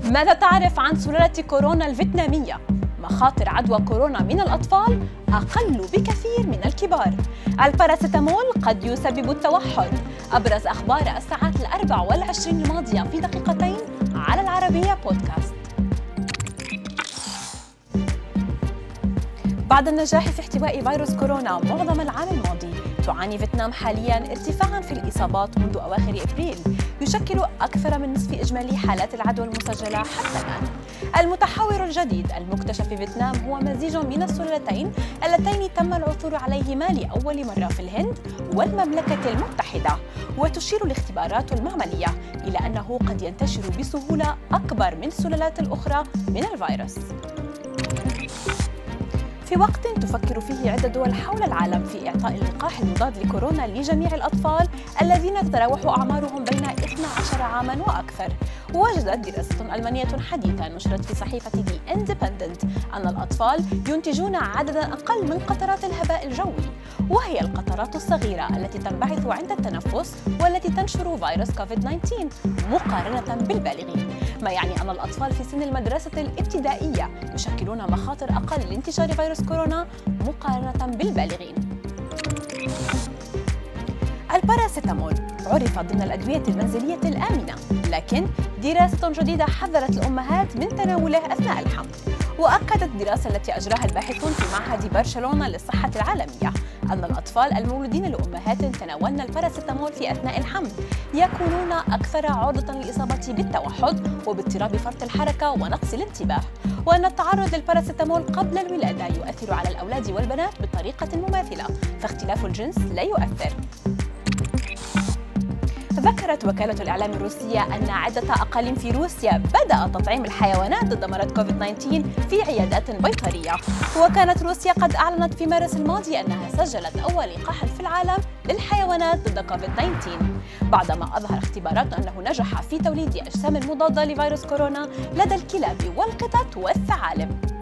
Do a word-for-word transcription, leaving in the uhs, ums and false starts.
ماذا تعرف عن سلالة كورونا الفيتنامية؟ مخاطر عدوى كورونا من الأطفال أقل بكثير من الكبار. الباراسيتامول قد يسبب التوحد. أبرز أخبار الساعات الأربع والعشرين الماضية في دقيقتين على العربية بودكاست. بعد النجاح في احتواء فيروس كورونا معظم العام الماضي، تعاني فيتنام حالياً ارتفاعاً في الإصابات منذ أواخر إبريل، يشكل أكثر من نصف إجمالي حالات العدوى المسجلة حتى الآن. المتحور الجديد المكتشف في فيتنام هو مزيج من السلالتين اللتين تم العثور عليهما لأول مرة في الهند والمملكة المتحدة، وتشير الاختبارات المعملية إلى أنه قد ينتشر بسهولة أكبر من السلالات الأخرى من الفيروس. في وقت تفكر فيه عدة دول حول العالم في إعطاء اللقاح المضاد لكورونا لجميع الأطفال الذين تتراوح أعمارهم بين اثني عشر عاماً وأكثر، وجدت دراسة ألمانية حديثة نشرت في صحيفة The Independent أن الأطفال ينتجون عدداً أقل من قطرات الهباء الجوي، وهي القطرات الصغيرة التي تنبعث عند التنفس والتي تنشر فيروس كوفيد تسعة عشر مقارنة بالبالغين، ما يعني أن الأطفال في سن المدرسة الابتدائية يشكلون مخاطر أقل لانتشار فيروس كورونا مقارنة بالبالغين. الباراسيتامول عرف ضمن الأدوية المنزلية الآمنة، لكن دراسة جديدة حذرت الأمهات من تناوله أثناء الحمل. وأكدت الدراسة التي أجراها الباحثون في معهد برشلونة للصحة العالمية أن الأطفال المولودين لأمهات تناولن الباراسيتامول في أثناء الحمل يكونون أكثر عرضة للإصابة بالتوحد واضطراب فرط الحركة ونقص الانتباه، وأن التعرض للباراسيتامول قبل الولادة يؤثر على الأولاد والبنات بطريقة مماثلة، فاختلاف الجنس لا يؤثر. ذكرت وكالة الإعلام الروسية أن عدة أقاليم في روسيا بدأ تطعيم الحيوانات ضد مرض كوفيد تسعة عشر في عيادات بيطرية، وكانت روسيا قد أعلنت في مارس الماضي أنها سجلت أول لقاح في العالم للحيوانات ضد كوفيد تسعة عشر، بعدما أظهر اختبارات أنه نجح في توليد أجسام مضادة لفيروس كورونا لدى الكلاب والقطط والثعالب.